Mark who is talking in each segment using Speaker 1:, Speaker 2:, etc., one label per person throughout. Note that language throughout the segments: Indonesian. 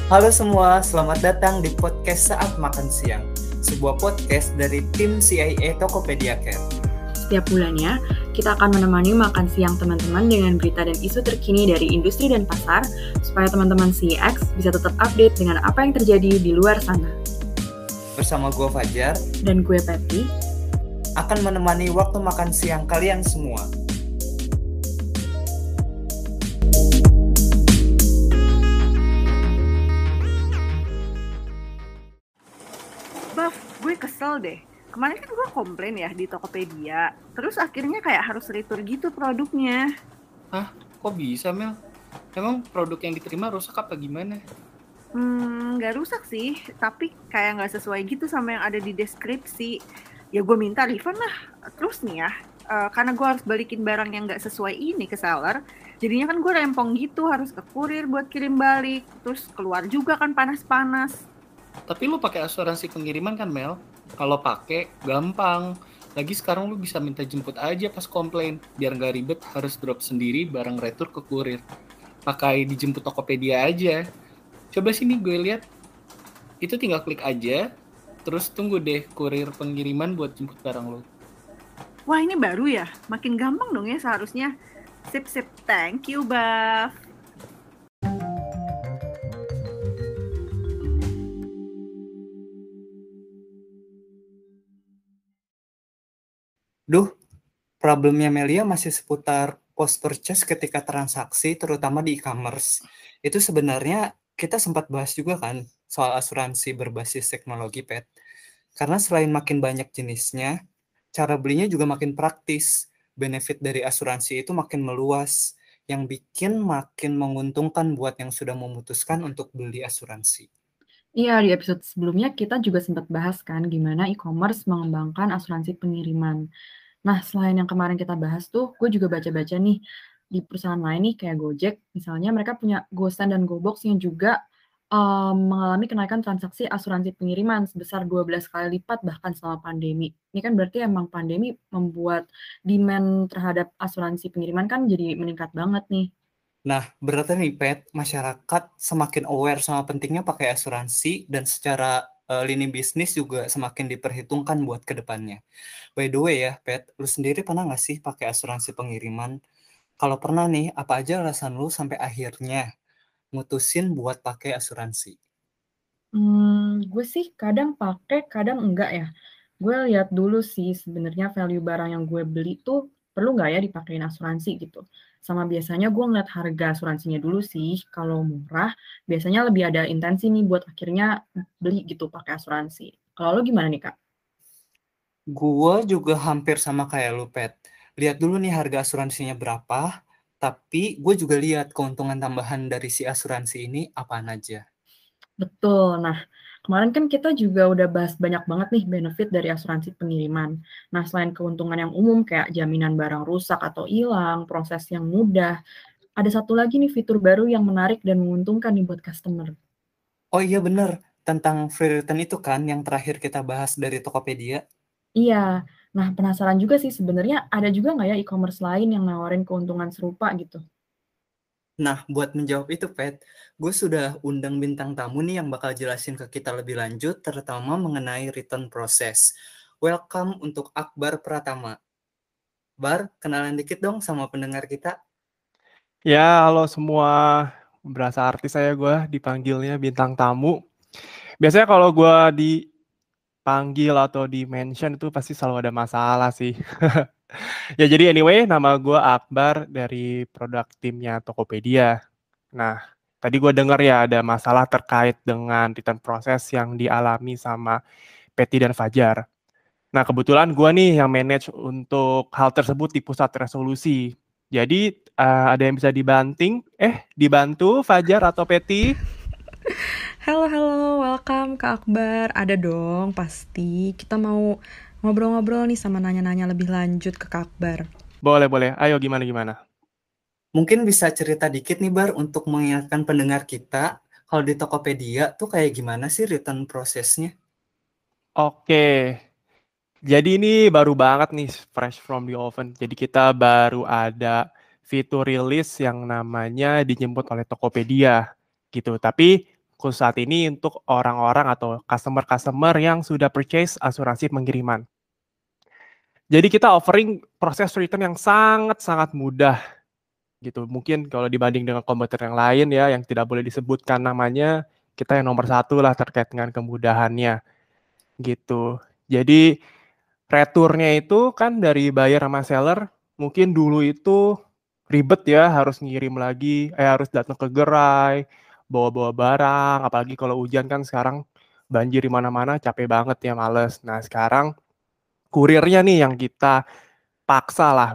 Speaker 1: Halo semua, selamat datang di podcast Saat Makan Siang, sebuah podcast dari tim CIA Tokopedia Care.
Speaker 2: Setiap bulannya, kita akan menemani makan siang teman-teman dengan berita dan isu terkini dari industri dan pasar, supaya teman-teman CX bisa tetap update dengan apa yang terjadi di luar sana.
Speaker 1: Bersama gue Fajar
Speaker 2: Dan gue Patty,
Speaker 1: akan menemani waktu makan siang kalian semua.
Speaker 3: Baf, gue kesel deh. Kemarin kan gue komplain ya di Tokopedia. Terus akhirnya kayak harus retur gitu produknya.
Speaker 4: Hah? Kok bisa, Mel? Emang produk yang diterima rusak apa gimana?
Speaker 3: Nggak rusak sih, tapi kayak nggak sesuai gitu sama yang ada di deskripsi. Ya gue minta refund lah. Terus nih ya, karena gue harus balikin barang yang nggak sesuai ini ke seller, jadinya kan gue rempong gitu, harus ke kurir buat kirim balik. Terus keluar juga kan panas-panas.
Speaker 4: Tapi lu pakai asuransi pengiriman kan, Mel? Kalau pakai, gampang. Lagi sekarang lu bisa minta jemput aja pas komplain, biar nggak ribet harus drop sendiri barang retur ke kurir. Pakai dijemput Tokopedia aja. Coba sini gue lihat. Itu tinggal klik aja, terus tunggu deh kurir pengiriman buat jemput barang lu.
Speaker 3: Wah, ini baru ya? Makin gampang dong ya seharusnya. Sip, thank you, Baf.
Speaker 1: Duh, problemnya Melia masih seputar post-purchase ketika transaksi, terutama di e-commerce. Itu sebenarnya kita sempat bahas juga kan, soal asuransi berbasis teknologi pet. Karena selain makin banyak jenisnya, cara belinya juga makin praktis. Benefit dari asuransi itu makin meluas, yang bikin makin menguntungkan buat yang sudah memutuskan untuk beli asuransi.
Speaker 2: iya di episode sebelumnya kita juga sempat bahas kan gimana e-commerce mengembangkan asuransi pengiriman. Nah, selain yang kemarin kita bahas tuh, gue juga baca-baca nih, di perusahaan lain nih kayak Gojek, misalnya mereka punya GoSend dan GoBox yang juga mengalami kenaikan transaksi asuransi pengiriman sebesar 12 kali lipat bahkan selama pandemi. Ini kan berarti emang pandemi membuat demand terhadap asuransi pengiriman kan jadi meningkat banget nih.
Speaker 1: Nah, berarti nih, Pet, masyarakat semakin aware sama pentingnya pakai asuransi dan secara lini bisnis juga semakin diperhitungkan buat ke depannya. By the way ya, Pet, lu sendiri pernah nggak sih pakai asuransi pengiriman? Kalau pernah nih, apa aja alasan lu sampai akhirnya mutusin buat pakai asuransi?
Speaker 2: Gue sih kadang pakai, kadang enggak ya. Gue lihat dulu sih sebenarnya value barang yang gue beli tuh perlu nggak ya dipakein asuransi gitu. Sama biasanya gue ngeliat harga asuransinya dulu sih. Kalau murah, biasanya lebih ada intensi nih buat akhirnya beli gitu pakai asuransi. Kalau lo gimana nih Kak?
Speaker 1: Gue juga hampir sama kayak lu, Pet. Lihat dulu nih harga asuransinya berapa, tapi gue juga lihat keuntungan tambahan dari si asuransi ini apaan aja.
Speaker 2: Betul. Nah, kemarin kan kita juga udah bahas banyak banget nih benefit dari asuransi pengiriman. Nah, selain keuntungan yang umum kayak jaminan barang rusak atau hilang, proses yang mudah, ada satu lagi nih fitur baru yang menarik dan menguntungkan nih buat customer.
Speaker 1: Oh iya bener, tentang free return itu kan yang terakhir kita bahas dari Tokopedia.
Speaker 2: Iya. Nah, penasaran juga sih sebenarnya ada juga nggak ya e-commerce lain yang nawarin keuntungan serupa gitu?
Speaker 1: Nah, buat menjawab itu, Pet, gue sudah undang bintang tamu nih yang bakal jelasin ke kita lebih lanjut, terutama mengenai return process. Welcome untuk Akbar Pratama. Bar, kenalan dikit dong sama pendengar kita.
Speaker 5: Ya, halo semua. Berasa artis saya gue dipanggilnya bintang tamu. Biasanya kalau gue dipanggil atau di-mention itu pasti selalu ada masalah sih. Ya jadi anyway, nama gue Akbar dari produk timnya Tokopedia. Nah, tadi gue dengar ya ada masalah terkait dengan return proses yang dialami sama Peti dan Fajar. Nah, kebetulan gue nih yang manage untuk hal tersebut di pusat resolusi. Jadi, ada yang bisa dibantu Fajar atau Peti?
Speaker 6: Halo, welcome Kak Akbar. Ada dong, pasti. Kita mau ngobrol-ngobrol nih sama nanya-nanya lebih lanjut ke Kak Akbar.
Speaker 5: Boleh. Ayo gimana?
Speaker 1: Mungkin bisa cerita dikit nih, Bar, untuk mengingatkan pendengar kita, kalau di Tokopedia tuh kayak gimana sih return prosesnya?
Speaker 5: Oke. Jadi ini baru banget nih, fresh from the oven. Jadi kita baru ada fitur rilis yang namanya dijemput oleh Tokopedia gitu. Tapi khusus saat ini untuk orang-orang atau customer-customer yang sudah purchase asuransi pengiriman. Jadi kita offering proses return yang sangat-sangat mudah gitu. Mungkin kalau dibanding dengan kompetitor yang lain ya, yang tidak boleh disebutkan namanya, kita yang nomor 1 lah terkait dengan kemudahannya gitu. Jadi returnya itu kan dari buyer sama seller, mungkin dulu itu ribet ya, harus ngirim lagi, harus datang ke gerai, bawa-bawa barang, apalagi kalau hujan kan sekarang banjir di mana-mana, capek banget ya, males. Nah sekarang kurirnya nih yang kita paksa lah,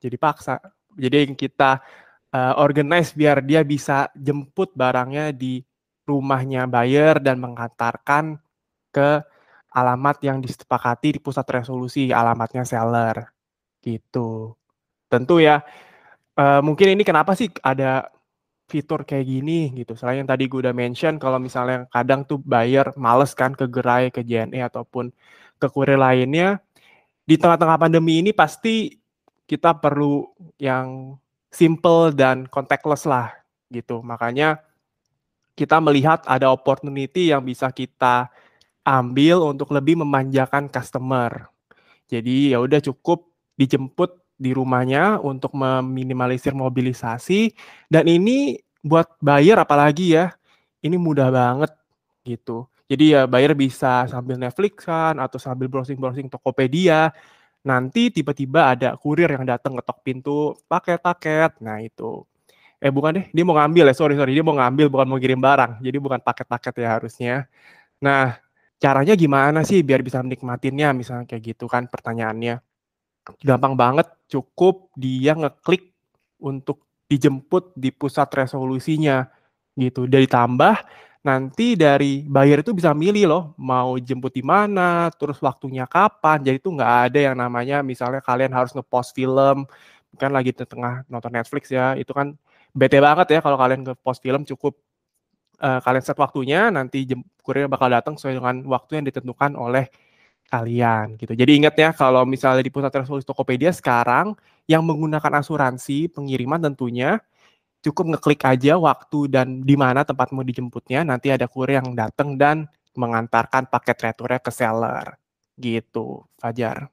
Speaker 5: jadi yang kita organize biar dia bisa jemput barangnya di rumahnya buyer dan mengantarkan ke alamat yang disepakati di pusat resolusi, alamatnya seller, gitu. Tentu ya, mungkin ini kenapa sih ada fitur kayak gini gitu, selain yang tadi gue udah mention kalau misalnya kadang tuh buyer males kan ke gerai, ke JNE ataupun ke kurir lainnya, di tengah-tengah pandemi ini pasti kita perlu yang simple dan contactless lah gitu. Makanya kita melihat ada opportunity yang bisa kita ambil untuk lebih memanjakan customer. Jadi ya udah cukup dijemput di rumahnya untuk meminimalisir mobilisasi, dan ini buat buyer apalagi ya, ini mudah banget gitu. Jadi ya buyer bisa sambil Netflix-an atau sambil browsing-browsing Tokopedia, nanti tiba-tiba ada kurir yang datang ngetok pintu, paket-paket. Nah itu. Bukan deh, dia mau ngambil ya, sorry, dia mau ngambil bukan mau kirim barang. Jadi bukan paket-paket ya harusnya. Nah, caranya gimana sih biar bisa menikmatinnya, misalnya kayak gitu kan pertanyaannya. Gampang banget, cukup dia ngeklik untuk dijemput di pusat resolusinya gitu. Dan ditambah nanti dari buyer itu bisa milih loh mau jemput di mana, terus waktunya kapan. Jadi itu nggak ada yang namanya misalnya kalian harus ngepost film, kan lagi di tengah nonton Netflix ya, itu kan bete banget ya kalau kalian ngepost film. Cukup kalian set waktunya, nanti kurir bakal datang sesuai dengan waktu yang ditentukan oleh kalian gitu. Jadi ingat ya, kalau misalnya di pusat resolusi Tokopedia sekarang yang menggunakan asuransi pengiriman tentunya cukup ngeklik aja waktu dan di mana tempat mau dijemputnya, nanti ada kurir yang datang dan mengantarkan paket returnya ke seller. Gitu, Fajar.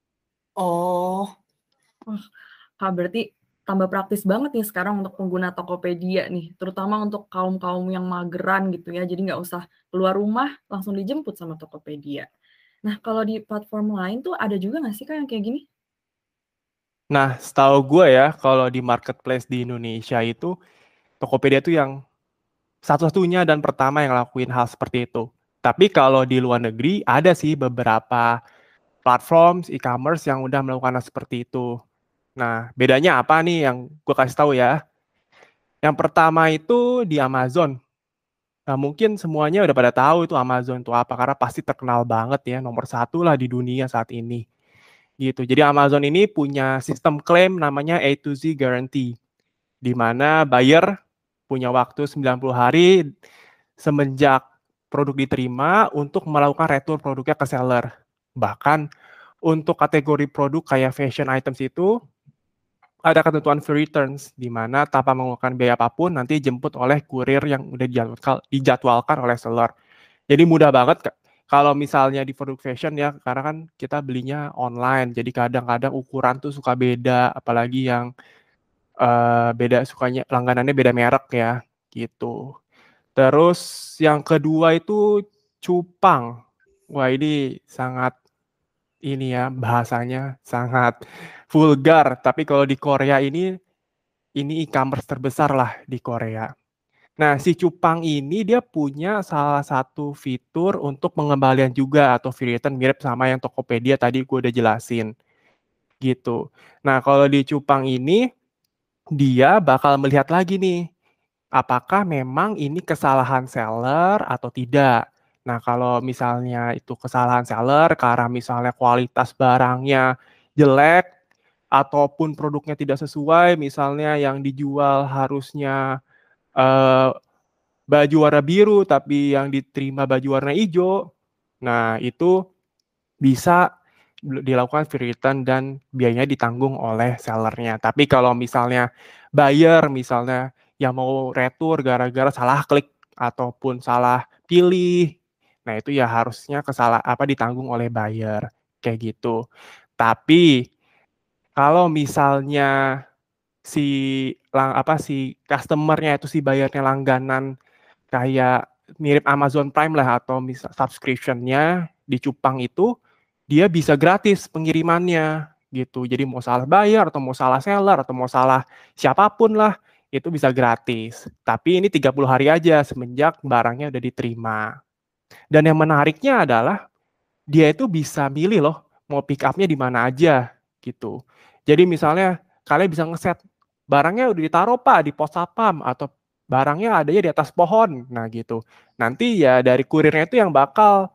Speaker 1: Oh,
Speaker 2: Wah, Kak, berarti tambah praktis banget nih sekarang untuk pengguna Tokopedia nih, terutama untuk kaum-kaum yang mageran gitu ya, jadi nggak usah keluar rumah, langsung dijemput sama Tokopedia. Nah, kalau di platform lain tuh ada juga nggak sih Kak yang kayak gini?
Speaker 5: Nah, setahu gue ya, kalau di marketplace di Indonesia itu, Tokopedia itu yang satu-satunya dan pertama yang lakuin hal seperti itu. Tapi kalau di luar negeri, ada sih beberapa platform e-commerce yang udah melakukan hal seperti itu. Nah, bedanya apa nih yang gue kasih tahu ya. Yang pertama itu di Amazon. Nah, mungkin semuanya udah pada tahu itu Amazon itu apa, karena pasti terkenal banget ya, nomor 1 lah di dunia saat ini. Gitu. Jadi Amazon ini punya sistem klaim namanya A to Z Guarantee, di mana buyer punya waktu 90 hari semenjak produk diterima untuk melakukan retur produknya ke seller. Bahkan untuk kategori produk kayak fashion items itu ada ketentuan free returns, di mana tanpa mengeluarkan biaya apapun nanti jemput oleh kurir yang udah dijadwalkan oleh seller. Jadi mudah banget kalau misalnya di produk fashion ya, karena kan kita belinya online, jadi kadang-kadang ukuran tuh suka beda, apalagi yang beda sukanya langganannya beda merek ya, gitu. Terus yang kedua itu cupang. Wah ini sangat ini ya, bahasanya sangat vulgar, tapi kalau di Korea ini e-commerce terbesar lah di Korea. Nah, si cupang ini dia punya salah satu fitur untuk pengembalian juga atau free return, mirip sama yang Tokopedia tadi gue udah jelasin gitu. Nah, kalau di cupang ini dia bakal melihat lagi nih, apakah memang ini kesalahan seller atau tidak. Nah, kalau misalnya itu kesalahan seller karena misalnya kualitas barangnya jelek ataupun produknya tidak sesuai, misalnya yang dijual harusnya baju warna biru tapi yang diterima baju warna hijau, nah itu bisa dilakukan free return dan biayanya ditanggung oleh sellernya. Tapi kalau misalnya buyer misalnya yang mau retur gara-gara salah klik ataupun salah pilih, nah itu ya harusnya ditanggung oleh buyer kayak gitu. Tapi kalau misalnya si customer-nya itu si buyernya langganan kayak mirip Amazon Prime lah atau misal subscription-nya di cupang itu dia bisa gratis pengirimannya gitu. Jadi mau salah buyer atau mau salah seller atau mau salah siapapun lah itu bisa gratis. Tapi ini 30 hari aja semenjak barangnya udah diterima. Dan yang menariknya adalah dia itu bisa milih loh mau pick up-nya di mana aja gitu. Jadi misalnya kalian bisa ngeset barangnya udah ditaruh Pak di pos satpam atau barangnya adanya di atas pohon. Nah gitu. Nanti ya dari kurirnya itu yang bakal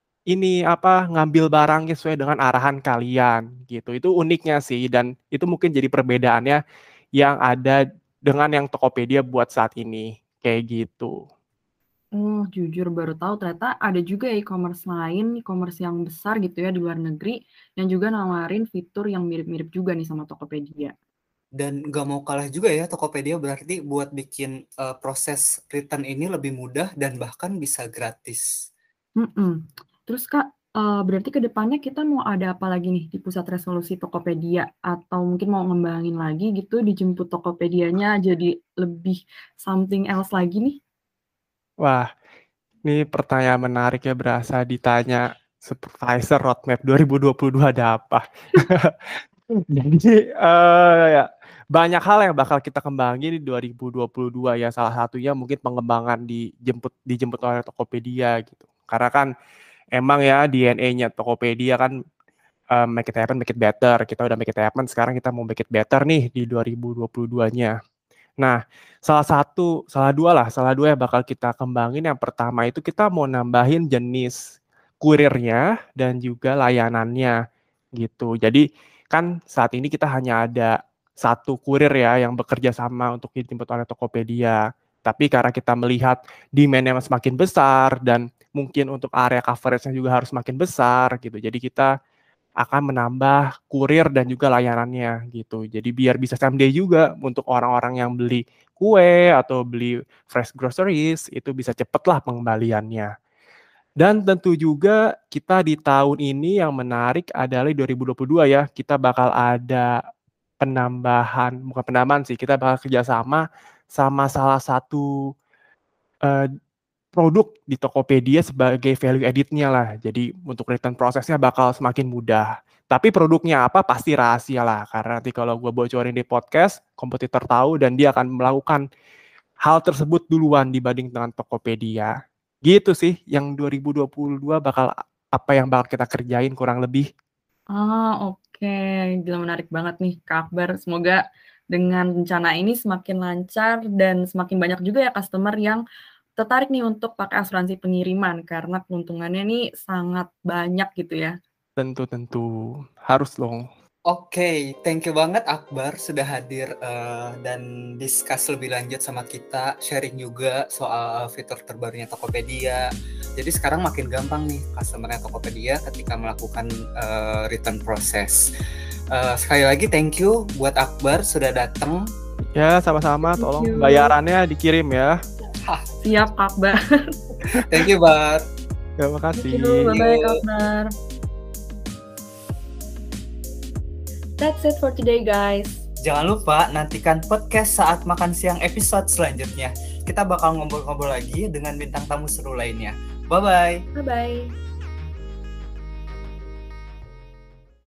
Speaker 5: ngambil barangnya sesuai dengan arahan kalian gitu. Itu uniknya sih dan itu mungkin jadi perbedaannya yang ada dengan yang Tokopedia buat saat ini kayak gitu.
Speaker 2: Oh, jujur baru tahu ternyata ada juga e-commerce lain, e-commerce yang besar gitu ya di luar negeri, yang juga nawarin fitur yang mirip-mirip juga nih sama Tokopedia.
Speaker 1: Dan nggak mau kalah juga ya Tokopedia berarti buat bikin proses return ini lebih mudah dan bahkan bisa gratis.
Speaker 2: Terus Kak, berarti ke depannya kita mau ada apa lagi nih di pusat resolusi Tokopedia? Atau mungkin mau ngembangin lagi gitu, dijemput Tokopedianya jadi lebih something else lagi nih?
Speaker 5: Wah, ini pertanyaan menarik ya berasa ditanya supervisor roadmap 2022 ada apa. Jadi ya banyak hal yang bakal kita kembangin di 2022 ya. Salah satunya mungkin pengembangan dijemput oleh Tokopedia gitu. Karena kan emang ya DNA-nya Tokopedia kan make it happen, make it better. Kita udah make it happen, sekarang kita mau make it better nih di 2022-nya. Nah, salah dua yang bakal kita kembangin. Yang pertama itu kita mau nambahin jenis kurirnya dan juga layanannya gitu. Jadi kan saat ini kita hanya ada satu kurir ya yang bekerja sama untuk dijemput oleh Tokopedia. Tapi karena kita melihat demand-nya semakin besar dan mungkin untuk area coverage-nya juga harus makin besar gitu. Jadi kita akan menambah kurir dan juga layanannya gitu. Jadi biar bisa same day juga untuk orang-orang yang beli kue atau beli fresh groceries itu bisa cepet lah pengembaliannya. Dan tentu juga kita di tahun ini yang menarik adalah di 2022 ya, kita bakal ada bukan penambahan sih, kita bakal kerjasama sama salah satu produk di Tokopedia sebagai value edit-nya lah. Jadi untuk return prosesnya bakal semakin mudah. Tapi produknya apa pasti rahasia lah. Karena nanti kalau gue bocorin di podcast, kompetitor tahu dan dia akan melakukan hal tersebut duluan dibanding dengan Tokopedia. Gitu sih yang 2022 apa yang bakal kita kerjain kurang lebih.
Speaker 2: Oke. Gila menarik banget nih Kak Akbar. Semoga dengan rencana ini semakin lancar dan semakin banyak juga ya customer yang tertarik nih untuk pakai asuransi pengiriman karena keuntungannya nih sangat banyak gitu ya.
Speaker 5: Tentu harus dong.
Speaker 1: Oke, thank you banget Akbar sudah hadir dan discuss lebih lanjut sama kita, sharing juga soal fitur terbarunya Tokopedia. Jadi sekarang makin gampang nih customer-nya Tokopedia ketika melakukan return process. Sekali lagi thank you buat Akbar sudah datang.
Speaker 5: Ya, sama-sama. Tolong bayarannya dikirim ya.
Speaker 2: Siap Kak Akbar.
Speaker 1: Thank you Bar.
Speaker 5: Terima kasih.
Speaker 2: Bye-bye Kak Akbar. That's it for today guys.
Speaker 1: Jangan lupa nantikan podcast Saat Makan Siang episode selanjutnya. Kita bakal ngobrol-ngobrol lagi dengan bintang tamu seru lainnya. Bye-bye.
Speaker 2: Bye-bye.